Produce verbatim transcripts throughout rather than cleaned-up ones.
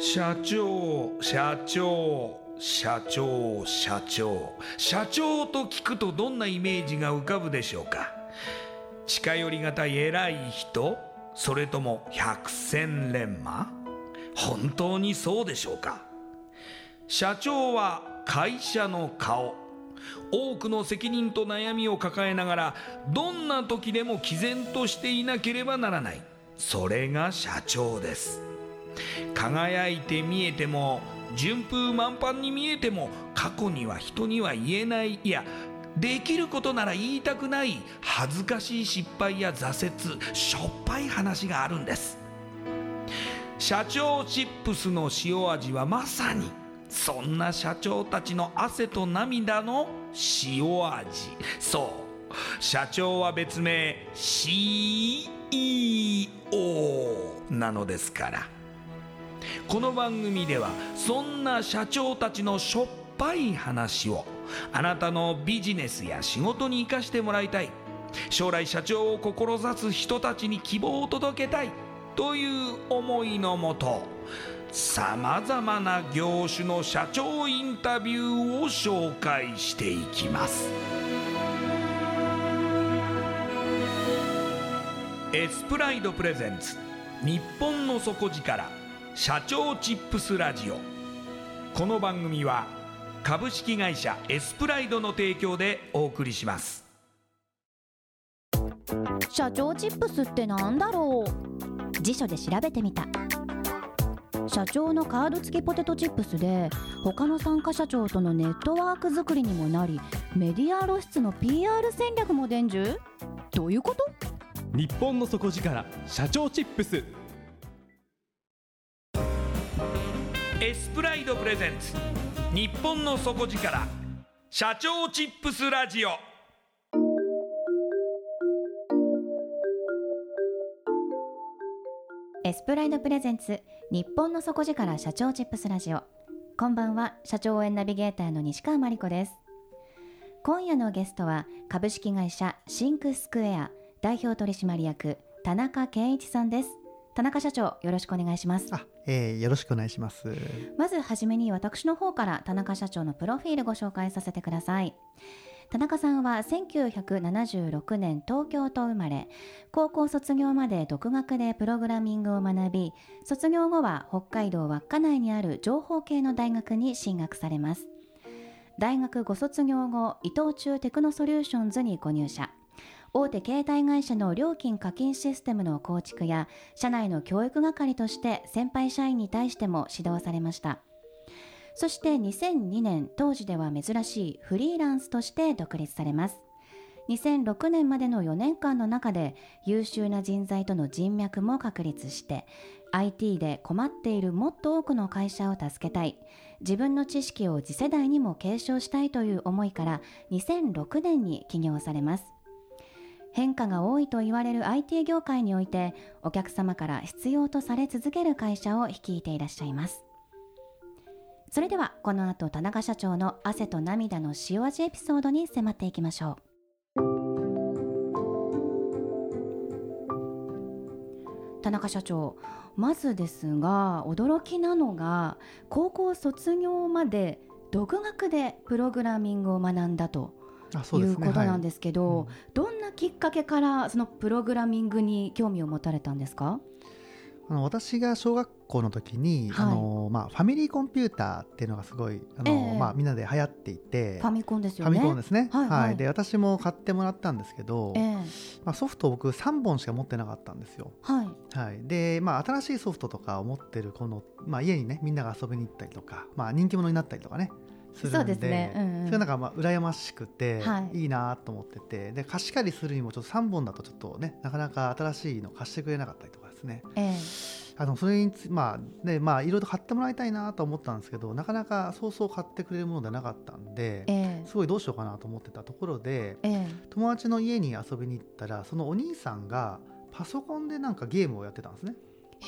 社長社長社長社長社長と聞くとどんなイメージが浮かぶでしょうか。近寄りがたい偉い人、それとも百戦錬磨。本当にそうでしょうか。社長は会社の顔、多くの責任と悩みを抱えながらどんな時でも毅然としていなければならない、それが社長です。輝いて見えても順風満帆に見えても、過去には人には言えない、いやできることなら言いたくない恥ずかしい失敗や挫折、しょっぱい話があるんです。社長チップスの塩味はまさにそんな社長たちの汗と涙の塩味。そう社長は別名 シーイーオー なのですから。この番組ではそんな社長たちのしょっぱい話をあなたのビジネスや仕事に生かしてもらいたい、将来社長を志す人たちに希望を届けたいという思いのもと、さまざまな業種の社長インタビューを紹介していきます。エスプライドプレゼンツ日本の底力社長チップスラジオ。この番組は株式会社エスプライドの提供でお送りします。 社長チップスってなんだろう。辞書で調べてみた。社長のカード付きポテトチップスで、他の参加社長とのネットワーク作りにもなり、メディア露出の ピーアール 戦略も伝授。どういうこと？ 日本の底力社長チップス。 エスプライドプレゼンツ日本の底力社長チップスラジオ。 エスプライドプレゼンツ日本の底力社長チップスラジオ。こんばんは、社長応援ナビゲーターの西川真理子です。今夜のゲストは株式会社シンクスクエア代表取締役田中健一さんです。田中社長、よろしくお願いします。 あ、えー、よろしくお願いします。 まずはじめに私の方から田中社長のプロフィールご紹介させてください。田中さんはせんきゅうひゃくななじゅうろくねん東京と生まれ、高校卒業まで独学でプログラミングを学び、卒業後は北海道稚内にある情報系の大学に進学されます。大学ご卒業後、伊藤忠テクノソリューションズにご入社。大手携帯会社の料金課金システムの構築や社内の教育係として先輩社員に対しても指導されました。そしてにせんにねん、当時では珍しいフリーランスとして独立されます。にせんろくねんまでのよねんかんの中で優秀な人材との人脈も確立して、 アイティー で困っているもっと多くの会社を助けたい、自分の知識を次世代にも継承したいという思いからにせんろくねんに起業されます。変化が多いと言われる アイティー 業界において、お客様から必要とされ続ける会社を率いていらっしゃいます。それではこの後、田中社長の汗と涙の塩味エピソードに迫っていきましょう。田中社長、まずですが驚きなのが、高校卒業まで独学でプログラミングを学んだということなんですけど、はい、うん、どんなきっかけからそのプログラミングに興味を持たれたんですか？ あの私が小学校の時に、はい、あのまあ、ファミリーコンピューターっていうのがすごいあの、えーまあ、みんなで流行っていて、 ファミコンですよね。 ファミコンですね、 はいはいはい、で私も買ってもらったんですけど、えーまあ、ソフトを僕さんぼんしか持ってなかったんですよ。はいはい、で、まあ、新しいソフトとかを持ってるこの、まあ、家にねみんなが遊びに行ったりとか、まあ、人気者になったりとかねするんで、 そうですね、うんうん、 それなんかまあ羨ましくて、はい、いいなと思ってて、で貸し借りするにもちょっとさんぼんだとちょっとねなかなか新しいの貸してくれなかったりとかですね、えーあのそれにつまあねまあいろいろ買ってもらいたいなと思ったんですけど、なかなかそうそう買ってくれるものではなかったんで、えー、すごいどうしようかなと思ってたところで、えー、友達の家に遊びに行ったら、そのお兄さんがパソコンでなんかゲームをやってたんですね。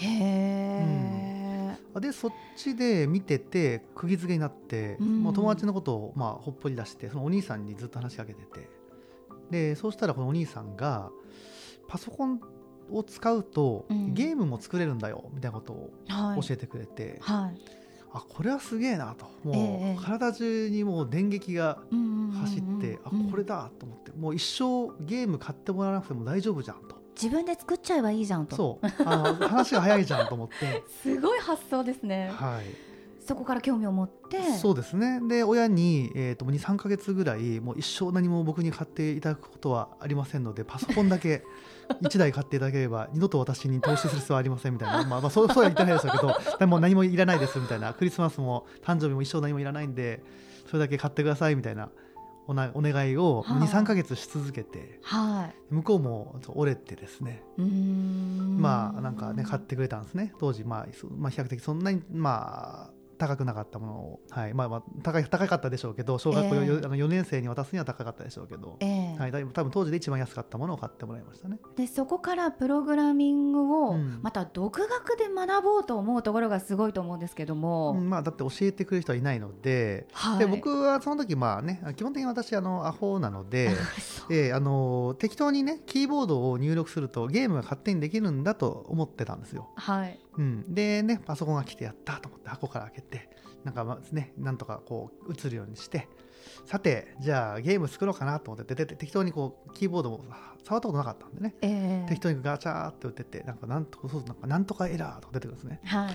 へー、うん、でそっちで見てて釘付けになって、うん、もう友達のことをまあほっぽり出して、そのお兄さんにずっと話しかけてて、でそうしたらこのお兄さんがパソコンを使うと、うん、ゲームも作れるんだよみたいなことを教えてくれて、はいはい、あこれはすげえなと、もう、えー、体中にもう電撃が走って、うんうんうんうん、あこれだと思って、もう一生ゲーム買ってもらわなくても大丈夫じゃんと、 自分で作っちゃえばいいじゃんと、 そうあの話が早いじゃんと思ってすごい発想ですね。はい、そこから興味を持って、 そうですね。で親に、えー、とに、さんかげつぐらいもう一生何も僕に買っていただくことはありませんので、パソコンだけいちだい買っていただければ二度と私に投資する必要はありませんみたいな、まあ、まあそうそうは言ってないでしょうけどでも何もいらないですみたいな、クリスマスも誕生日も一生何もいらないんでそれだけ買ってくださいみたいなお, なお願いをに、さんかげつし続けて、はい、向こうも折れてですね、うーんまあなんかね買ってくれたんですね当時、まあ、まあ比較的そんなにまあ高くなかったものを、はいまあ、まあ 高, い高かったでしょうけど、小学校 よ,、えー、あのよねん生に渡すには高かったでしょうけど、えーはい、多分当時で一番安かったものを買ってもらいましたね。 でそこからプログラミングをまた独学で学ぼうと思うところがすごいと思うんですけども、 うんまあ、だって教えてくれる人はいないの で,、はい、で僕はその時まあ、ね、基本的に私あのアホなのでえー、あの適当にねキーボードを入力するとゲームが勝手にできるんだと思ってたんですよ。はいうん、でねパソコンが来てやったと思って箱から開けてなんかまあね、なんとかこう映るようにして、さてじゃあゲーム作ろうかなと思ってでで適当にこうキーボードも触ったことなかったんでね、えー、適当にガチャーって打っててなんかなんとかそうなんかなんとかエラーとか出てくるんですね、はい、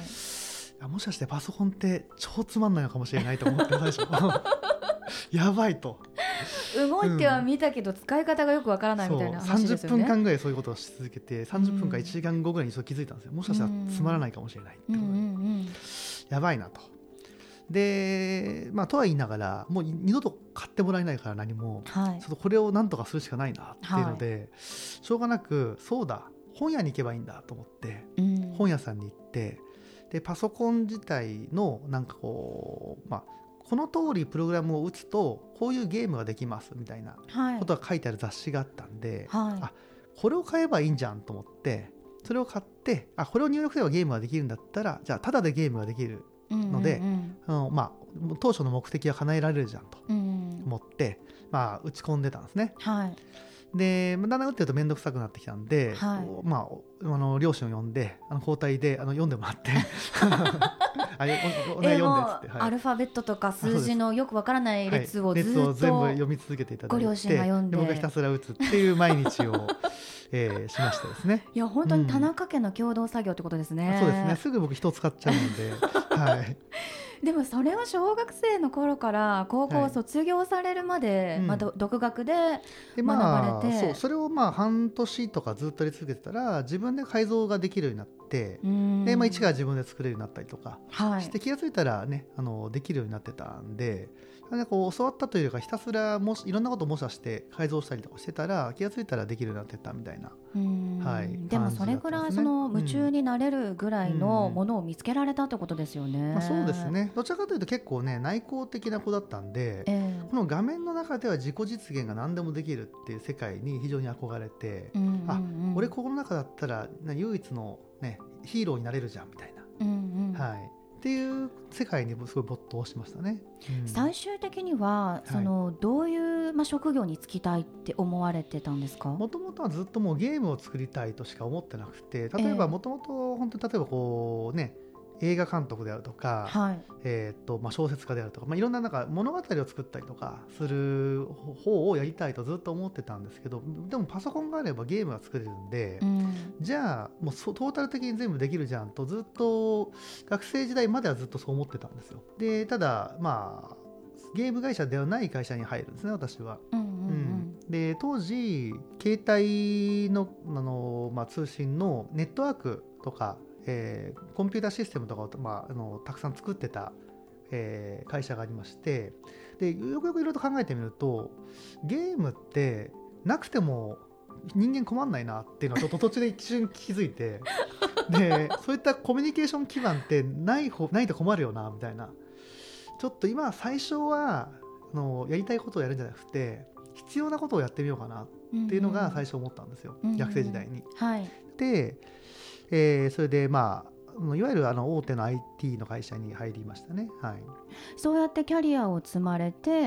もしかしてパソコンって超つまんないのかもしれないと思って最初やばいと動いては見たけど、うん、使い方がよくわからないみたいな話ですよね。 さんじゅっぷんかんぐらいそういうことをし続けてさんじゅっぷんかいちじかんごぐらいにそれ気づいたんですよ。もしかしたらつまらないかもしれないってことで、うんうんうん、やばいなと。で、まあ、とは言いながらもう二度と買ってもらえないから何も、はい、ちょっとこれをなんとかするしかないなっていうので、はい、しょうがなくそうだ本屋に行けばいいんだと思って、うん、本屋さんに行ってでパソコン自体のなんかこう、まあ、この通りプログラムを打つとこういうゲームができますみたいなことが書いてある雑誌があったんで、はい、あこれを買えばいいんじゃんと思ってそれを買ってあこれを入力すればゲームができるんだったらじゃあタダでゲームができるので、うんうんうん、あのまあ、当初の目的は叶えられるじゃんと思って、うんまあ、打ち込んでたんですね、はい、でだんだん打ってると面倒くさくなってきたんで、はいまあ、あの両親を呼んであの交代であの読んでもらってあれおお、ね、読んでっつって、はい、 アルファベットとか数字のよくわからない列をずっと、 はい、列を全部読み続けていただいてご両親が読んでで僕がひたすら打つっていう毎日をえー、しましたですね。 いや本当に田中家の共同作業ってことですね、 うん、そうですね。すぐ僕人使っちゃうので、はい、 でもそれは小学生の頃から高校を卒業されるまで、はいうんまあ、独学で学ばれて、 まあ、そうそれをまあ半年とかずっとやり続けてたら自分で改造ができるようになってで、まあ、一から自分で作れるようになったりとか、はい、して気がついたら、ね、あのできるようになってたんでこう教わったというかひたすらもしいろんなことを模写して改造したりとかしてたら気がついたらできるようになってたみたいな、はい、 でもそれぐらいその夢中になれるぐらいのものを見つけられたってことですよね、 うんまあ、そうですね。どちらかというと結構ね内向的な子だったんで、えー、この画面の中では自己実現が何でもできるっていう世界に非常に憧れて、うんうんうん、あ俺ここの中だったら唯一の、ね、ヒーローになれるじゃんみたいな、うんうんはいっていう世界にすごい没頭しましたね、 うん、最終的にはその、はい、どういう、まあ、職業に就きたいって思われてたんですか？ もともとはずっともうゲームを作りたいとしか思ってなくて例えばもともと本当に例えばこうね映画監督であるとか、はいえーとまあ、小説家であるとか、まあ、いろんな、なんか物語を作ったりとかする方をやりたいとずっと思ってたんですけどでもパソコンがあればゲームが作れるんで、うん、じゃあもうトータル的に全部できるじゃんとずっと学生時代まではずっとそう思ってたんですよ。でただまあゲーム会社ではない会社に入るんですね私は、うんうんうんうん、で当時携帯 の, あの、まあ、通信のネットワークとかえー、コンピューターシステムとかを、まあ、あのたくさん作ってた、えー、会社がありましてでよくよくいろいろと考えてみるとゲームってなくても人間困んないなっていうのはちょっと途中で一瞬気づいてでそういったコミュニケーション基盤ってない方ないと困るよなみたいなちょっと今最初はあのやりたいことをやるんじゃなくて必要なことをやってみようかなっていうのが最初思ったんですよ、うんうん、学生時代に、はい、でえー、それでまあいわゆるあの大手の アイティー の会社に入りましたね、はい、 そうやってキャリアを積まれて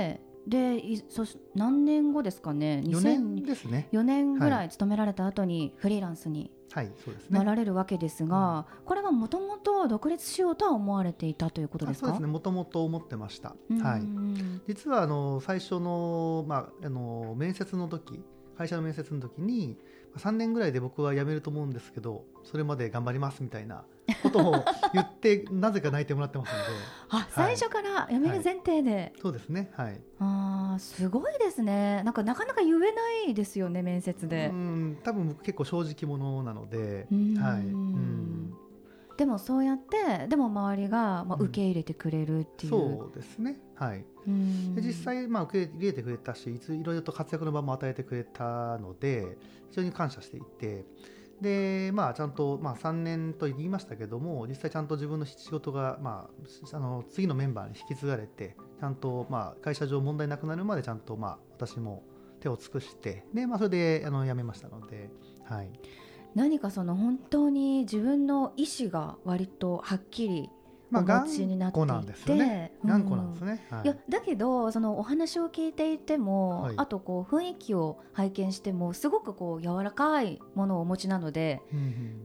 でそし何年後ですかね。 よねんですね。 よねんぐらい勤められた後にフリーランスになられるわけですが、はい、そうですね、これはもともと独立しようとは思われていたということですか？ そうですね、もともと思ってました。はい、実はあの最初の、まあ、あの面接の時会社の面接の時にさんねんぐらいで僕は辞めると思うんですけどそれまで頑張りますみたいなことを言ってなぜか泣いてもらってますのであ、はい、最初から辞める前提で、はい、 そうですね、はい、 あ、すごいですね。なんかなかなか言えないですよね、面接で。 うん、多分僕結構正直者なので、はい、うん、 でもそうやってでも周りが、まあ、受け入れてくれるっていう、 うん、そうですね、はい、で実際、まあ、受け入れてくれたしいついろいろと活躍の場も与えてくれたので非常に感謝していて、で、まあ、ちゃんと、まあ、さんねんと言いましたけども実際ちゃんと自分の仕事が、まあ、あの次のメンバーに引き継がれてちゃんと、まあ、会社上問題なくなるまでちゃんと、まあ、私も手を尽くしてで、まあ、それであの辞めましたので、はい、何かその本当に自分の意思が割とはっきりお持ちになっていて、まあ、頑固なんですよね、 うん、頑固なんですね、はい、 いやだけどそのお話を聞いていても、はい、あとこう雰囲気を拝見してもすごくこう柔らかいものをお持ちなので、うんうん、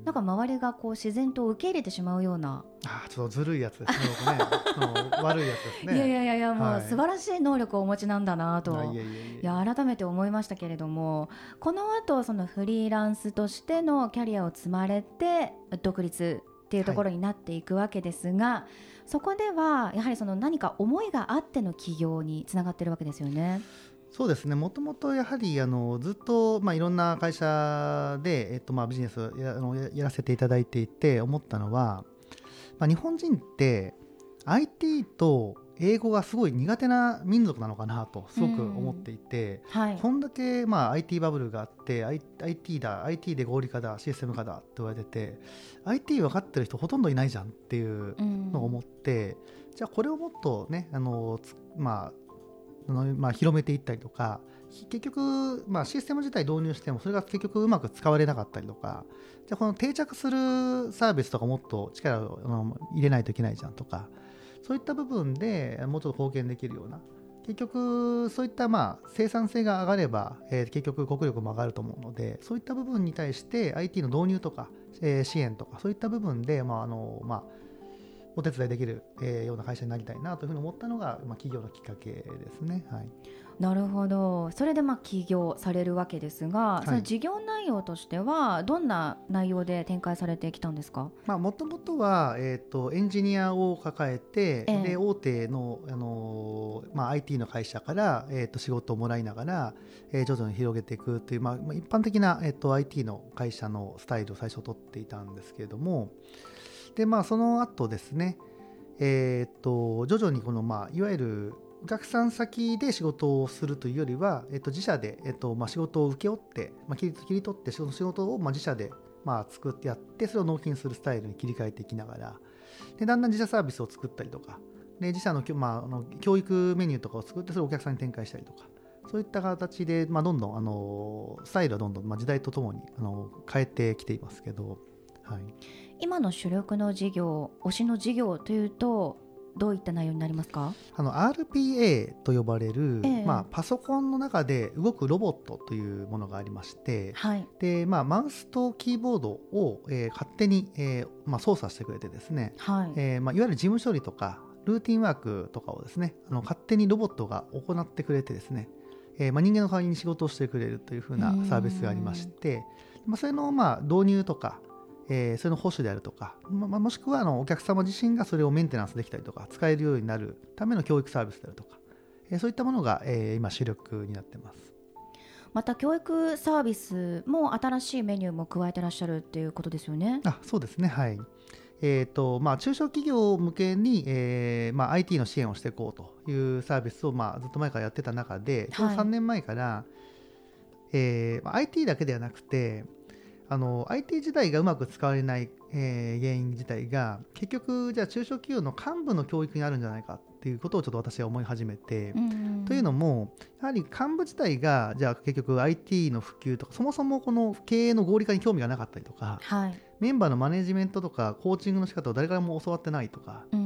なんか周りがこう自然と受け入れてしまうような、 あ、ちょっとずるいやつですね僕ね悪いやつですね。 いやいやいやもう素晴らしい能力をお持ちなんだなと、はい、いやいやいやいや改めて思いましたけれども、この後そのフリーランスとしてのキャリアを積まれて独立っていうところになっていくわけですが、はい、そこではやはりその何か思いがあっての起業につながってるわけですよね。 そうですね、もともとやはりあのずっと、まあ、いろんな会社で、えっとまあ、ビジネスを や, あのやらせていただいていて思ったのは、まあ、日本人って アイティー と英語がすごい苦手な民族なのかなとすごく思っていて、はい、こんだけ、まあ、アイティー バブルがあって アイティー だ アイティー で合理化だシステム化だって言われてて アイティー 分かってる人ほとんどいないじゃんっていうのを思って、うん、じゃあこれをもっとねあの、まあまあ、広めていったりとか結局、まあ、システム自体導入してもそれが結局うまく使われなかったりとかじゃあこの定着するサービスとかもっと力を入れないといけないじゃんとかそういった部分でもうちょっと貢献できるような結局そういったまあ生産性が上がれば、えー、結局国力も上がると思うのでそういった部分に対して アイティー の導入とか、えー、支援とかそういった部分で、まああのまあ、お手伝いできる、えー、ような会社になりたいなというふうに思ったのが、まあ、企業のきっかけですね。はい、 なるほど。それでまあ起業されるわけですが、はい、その事業内容としてはどんな内容で展開されてきたんですか？ もともとは、えーと、エンジニアを抱えて、えー、で大手の、あのーまあ、アイティー の会社から、えーと、仕事をもらいながら、えー、徐々に広げていくという、まあ、一般的な、えーと、アイティー の会社のスタイルを最初取っていたんですけれどもで、まあ、その後ですね、えーと、徐々にこの、まあ、いわゆるお客さん先で仕事をするというよりは、えっと、自社で、えっとまあ、仕事を請け負って、まあ、切り、切り取ってその仕事を、まあ、自社で、まあ、作ってやってそれを納品するスタイルに切り替えていきながらでだんだん自社サービスを作ったりとかで自社の、まあ、あの教育メニューとかを作ってそれをお客さんに展開したりとかそういった形で、まあ、どんどんあのスタイルはどんどん、まあ、時代とともにあの変えてきていますけど、はい、 今の主力の事業推しの事業というとどういった内容になりますか？ あの アールピーエー と呼ばれる、ええまあ、パソコンの中で動くロボットというものがありまして、はいでまあ、マウスとキーボードを、えー、勝手に、えーまあ、操作してくれてですね、はいえーまあ、いわゆる事務処理とかルーティンワークとかをですねあの勝手にロボットが行ってくれてですね、えーまあ、人間の代わりに仕事をしてくれるというふうなサービスがありまして、まあ、それの、まあ、導入とかえー、それの保守であるとか、まあ、もしくはあのお客様自身がそれをメンテナンスできたりとか使えるようになるための教育サービスであるとか、えー、そういったものが、えー、今主力になっています。 また教育サービスも新しいメニューも加えてらっしゃるっていうことですよね。 あ、そうですね、はいえーとまあ、中小企業向けに、えーまあ、アイティー の支援をしていこうというサービスを、まあ、ずっと前からやってた中で、ちょうどさんねんまえから、はいえーまあ、アイティー だけではなくてあの アイティー 自体がうまく使われない、えー、原因自体が結局じゃあ中小企業の幹部の教育にあるんじゃないかっていうことをちょっと私は思い始めて、うん、というのもやはり幹部自体がじゃあ結局 アイティー の普及とかそもそもこの経営の合理化に興味がなかったりとか、はい、メンバーのマネジメントとかコーチングの仕方を誰からも教わってないとか、うん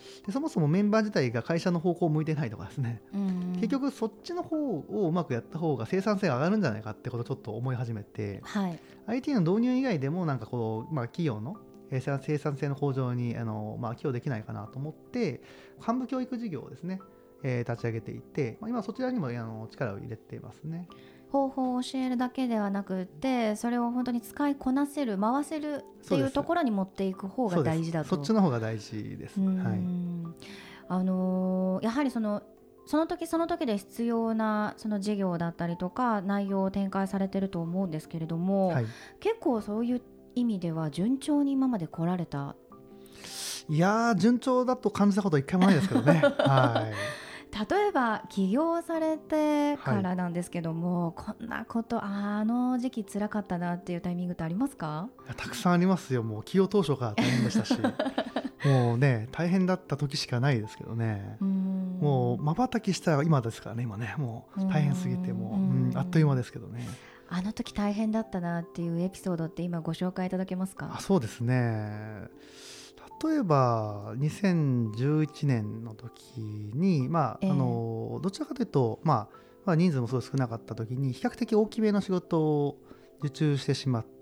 でそもそもメンバー自体が会社の方向を向いてないとかですね、うん、結局そっちの方をうまくやった方が生産性が上がるんじゃないかってことをちょっと思い始めて、はい、アイティー の導入以外でもなんかこう、まあ、企業の生産性の向上にあの、まあ、寄与できないかなと思って幹部教育事業をですね、えー、立ち上げていて、まあ、今そちらにもあの力を入れていますね。 方法を教えるだけではなくて、それを本当に使いこなせる、回せるっていうところに持っていく方が大事だと。 そ, そっちの方が大事です。はい、 あのー、やはりそのその時その時で必要なその事業だったりとか内容を展開されてると思うんですけれども、はい、結構そういう意味では順調に今まで来られた？ いや順調だと感じたことは一回もないですけどね。はい、 例えば起業されてからなんですけども、はい、こんなことあの時期辛かったなっていうタイミングってありますか？ いやたくさんありますよ。もう起業当初から大変でしたしもうね大変だった時しかないですけどね。うもう瞬きしたら今ですからね。今ねもう大変すぎてもう、うん、あっという間ですけどね。 あの時大変だったなっていうエピソードって今ご紹介いただけますか？ あそうですね。例えばにせんじゅういちねんの時に、まあえー、あのどちらかというと、まあまあ、人数もすごい少なかった時に比較的大きめの仕事を受注してしまって、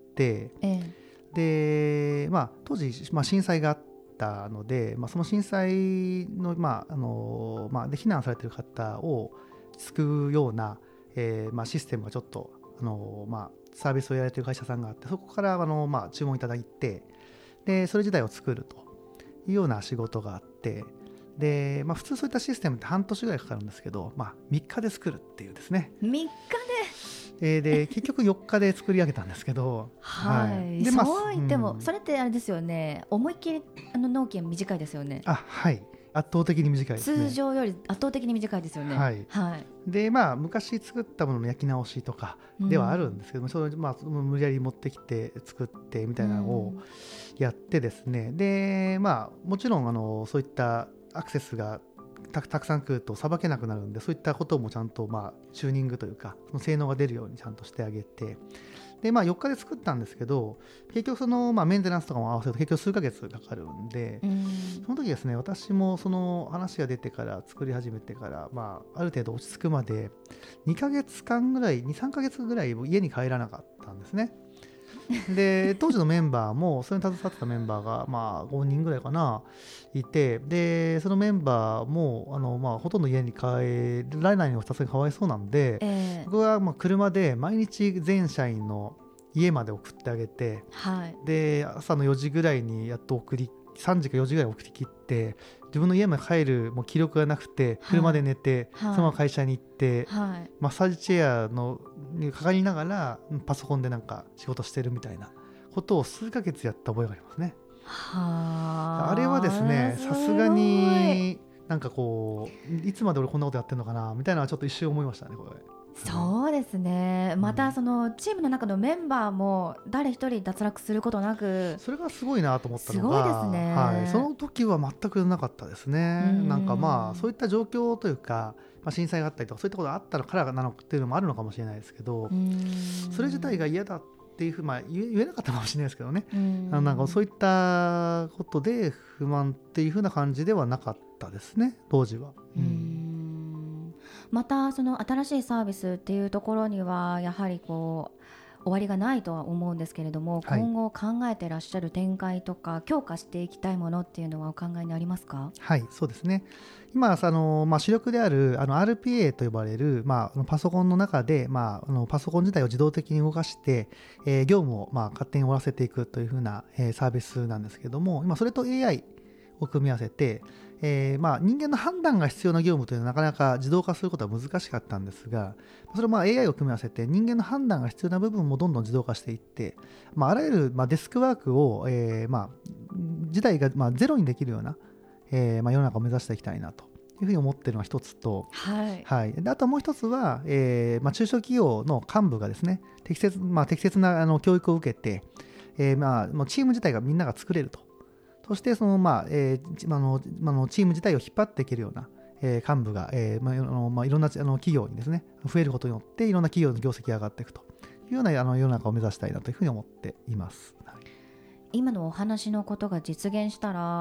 えー、で、まあ、当時、まあ、震災があったので、まあ、その震災の、まああのまあ、で避難されている方を救うような、えーまあ、システムがちょっとあの、まあ、サービスをやられている会社さんがあって、そこからあの、まあ、注文いただいて、でそれ自体を作るというような仕事があって、で、まあ、普通そういったシステムって半年ぐらいかかるんですけど、まあ、みっかで作るっていうですね。 みっかで、えー、で結局よっかで作り上げたんですけどはい、はい、でそう言っても、うん、それってあれですよね、思いっきりあの納期は短いですよね。 あはい圧倒的に短いですね。 通常より圧倒的に短いですよね。はい、 はい、でまあ昔作ったものの焼き直しとかではあるんですけども、うん、それまあ無理やり持ってきて作ってみたいなのをやってですね、うん、でまあもちろんあのそういったアクセスがた, たくさん来るとさばけなくなるんで、そういったこともちゃんとまあチューニングというかその性能が出るようにちゃんとしてあげて、でまあよっかで作ったんですけど、結局そのまあメンテナンスとかも合わせると結局数ヶ月かかるんで、うん、その時ですね、私もその話が出てから作り始めてからまあある程度落ち着くまでにかげつかんぐらい にさんかげつぐらい家に帰らなかったんですね。で当時のメンバーもそれに携わってたメンバーがまあごにんぐらいかないて、でそのメンバーもあの、まあ、ほとんど家に帰られないのがさすがにかわいそうなんで、えー、僕はまあ車で毎日全社員の家まで送ってあげて、はい、で朝のよじぐらいにやっと送りさんじかよじぐらい送り切って、自分の家まで帰るもう気力がなくて車で寝て、はい、そのまま会社に行って、はい、マッサージチェアのにかかりながらパソコンでなんか仕事してるみたいなことを数ヶ月やった覚えがありますね。はあれはですね、さすがになんかこういつまで俺こんなことやってるのかなみたいなのはちょっと一瞬思いましたね。これそうですね。またそのチームの中のメンバーも誰一人脱落することなく、 それがすごいなと思ったのがすごいですね、 はい、その時は全くなかったですね。なんかまあそういった状況というか、まあ、震災があったりとかそういったことがあったからなのっていうのもあるのかもしれないですけど、それ自体が嫌だっていうふう、まあ、言えなかったかもしれないですけどね、あのなんかそういったことで不満っていうふうな感じではなかったですね当時は。うんまたその新しいサービスっていうところにはやはりこう終わりがないとは思うんですけれども、はい、今後考えてらっしゃる展開とか強化していきたいものっていうのはお考えにありますか？ はいそうですね。今あの、まあ、主力であるあの アールピーエー と呼ばれる、まあ、パソコンの中で、まあ、あのパソコン自体を自動的に動かして、えー、業務をまあ勝手に終わらせていくというふうな、えー、サービスなんですけども、今それと エーアイ を組み合わせて、えーまあ、人間の判断が必要な業務というのはなかなか自動化することは難しかったんですが、それをまあ エーアイ を組み合わせて人間の判断が必要な部分もどんどん自動化していって、まあ、あらゆるまあデスクワークを、えーまあ、自体がまあゼロにできるような、えーまあ、世の中を目指していきたいなというふうに思っているのが一つと、はいはい、であともう一つは、えーまあ、中小企業の幹部がですね適切、まあ、適切なあの教育を受けて、えーまあ、もうチーム自体がみんなが作れると、そしてその、まあえー、あのあのチーム自体を引っ張っていけるような、えー、幹部が、えーまああのまあ、いろんなあの企業にですね増えることによっていろんな企業の業績が上がっていくというようなあの世の中を目指したいなというふうに思っています。はい、 今のお話のことが実現したら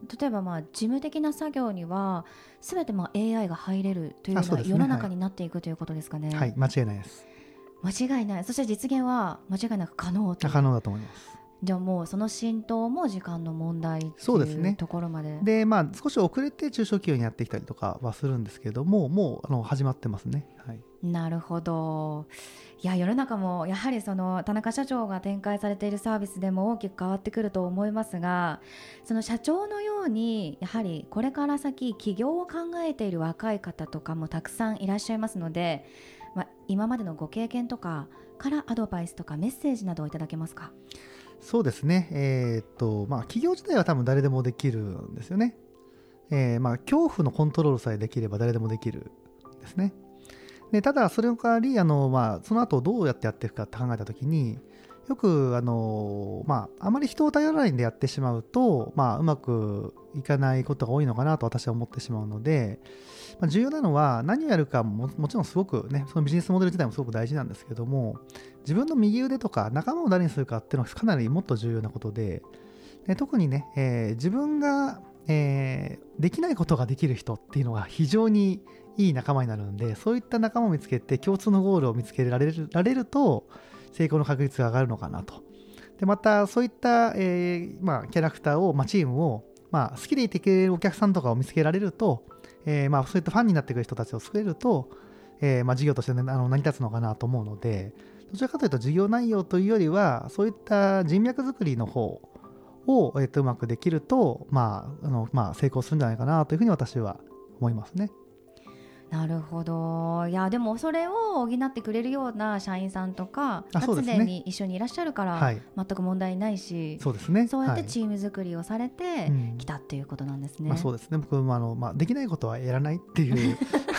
例えばまあ事務的な作業には全てまあ エーアイ が入れるというような世の中になっていくということですかね。 はい、間違いないです。 間違いない。そして実現は間違いなく可能と。 可能だと思います。 じゃあもうその浸透も時間の問題っていうところまで。 で、まあ、少し遅れて中小企業にやってきたりとかはするんですけれども、もうあの始まってますね。はい、 なるほど。いや世の中もやはりその田中社長が展開されているサービスでも大きく変わってくると思いますが、その社長のようにやはりこれから先起業を考えている若い方とかもたくさんいらっしゃいますので、まあ、今までのご経験とかからアドバイスとかメッセージなどをいただけますか。 そうですね、えーっとまあ、企業自体は多分誰でもできるんですよね。えーまあ、恐怖のコントロールさえできれば誰でもできるんですね。でただそれの代わりあの、まあ、その後どうやってやっていくかって考えたときに、よくあの、まあ、あまり人を頼らないんでやってしまうと、まあ、うまくいかないことが多いのかなと私は思ってしまうので、まあ、重要なのは何をやるか も, もちろんすごくね、そのビジネスモデル自体もすごく大事なんですけども、自分の右腕とか仲間を誰にするかっていうのはかなりもっと重要なことで、で特にね、えー、自分が、えー、できないことができる人っていうのが非常にいい仲間になるんで、そういった仲間を見つけて共通のゴールを見つけられ る, られると成功の確率が上がるのかなと。でまたそういった、えーまあ、キャラクターを、まあ、チームを、まあ、好きでいてくれるお客さんとかを見つけられると、えーまあ、そういったファンになってくれる人たちを作れると、えーまあ、事業として、ね、あの成り立つのかなと思うので、どちらかというと事業内容というよりはそういった人脈作りの方を、えー、とうまくできると、まああのまあ、成功するんじゃないかなというふうに私は思いますね。 なるほど。いやでもそれを補ってくれるような社員さんとか常に一緒にいらっしゃるから全く問題ないし、 そうですね、 そうやってチーム作りをされてきたっていうことなんですね。 まあ、そうですね。僕もあの、まあ、できないことはやらないっていう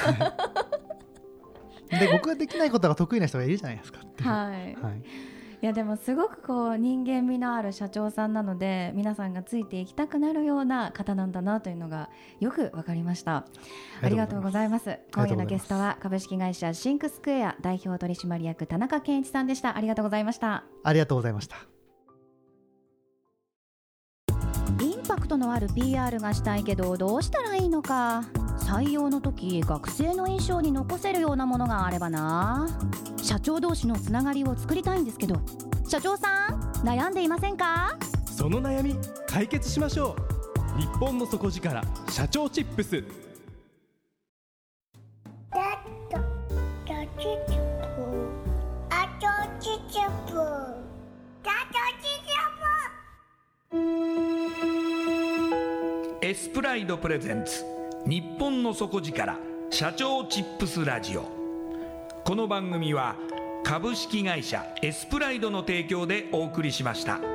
で僕ができないことが得意な人がいるじゃないですかっていう、 はいはい、いやでもすごくこう人間味のある社長さんなので、皆さんがついていきたくなるような方なんだなというのがよく分かりました。ありがとうございます。今夜のゲストは株式会社シンクスクエア代表取締役田中健一さんでした。ありがとうございました。 ありがとうございました。 インパクトのある ピーアール がしたいけどどうしたらいいのか。採用の時学生の印象に残せるようなものがあればな。社長同士のつながりを作りたいんですけど、社長さん悩んでいませんか。 その悩み解決しましょう。日本の底力社長チップス。 エスプライドプレゼンツ日本の底力社長チップスラジオ。この番組は株式会社エスプライドの提供でお送りしました。